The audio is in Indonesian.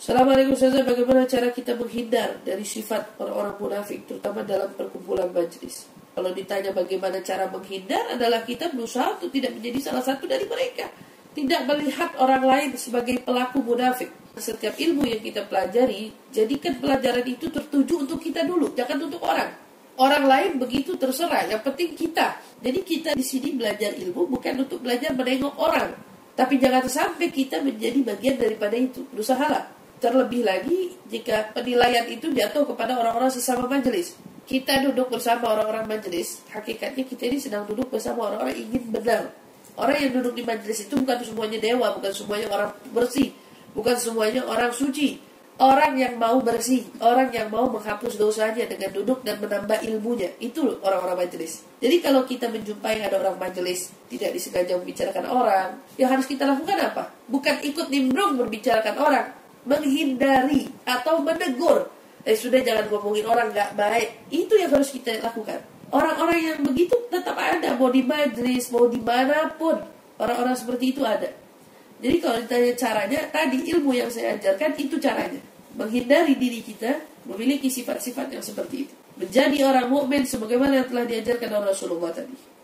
Assalamualaikum Ustazah, bagaimana cara kita menghindar dari sifat orang-orang munafik, terutama dalam perkumpulan majlis? Kalau ditanya bagaimana cara menghindar, adalah kita berusaha untuk tidak menjadi salah satu dari mereka. Tidak melihat orang lain sebagai pelaku munafik. Setiap ilmu yang kita pelajari, jadikan pelajaran itu tertuju untuk kita dulu, jangan untuk orang. Orang lain begitu terserah, yang penting kita. Jadi kita di sini belajar ilmu bukan untuk belajar menengok orang, tapi jangan sampai kita menjadi bagian daripada itu. Berusahalah. Terlebih lagi jika penilaian itu jatuh kepada orang-orang sesama majelis. Kita duduk bersama orang-orang majelis, hakikatnya kita ini sedang duduk bersama orang-orang ingin benar. Orang yang duduk di majelis itu bukan semuanya dewa, bukan semuanya orang bersih, bukan semuanya orang suci. Orang yang mau bersih, orang yang mau menghapus dosanya dengan duduk dan menambah ilmunya, itu loh orang-orang majelis. Jadi kalau kita menjumpai ada orang majelis tidak disengaja membicarakan orang, yang harus kita lakukan apa? Bukan ikut nimbrung membicarakan orang, menghindari atau menegur. Sudah, jangan ngomongin orang gak baik. Itu yang harus kita lakukan. Orang-orang yang begitu tetap ada, mau di majelis, mau dimanapun. Orang-orang seperti itu ada. Jadi kalau ditanya caranya, tadi ilmu yang saya ajarkan itu caranya. Menghindari diri kita memiliki sifat-sifat yang seperti itu. Menjadi orang mukmin sebagaimana yang telah diajarkan oleh Rasulullah tadi.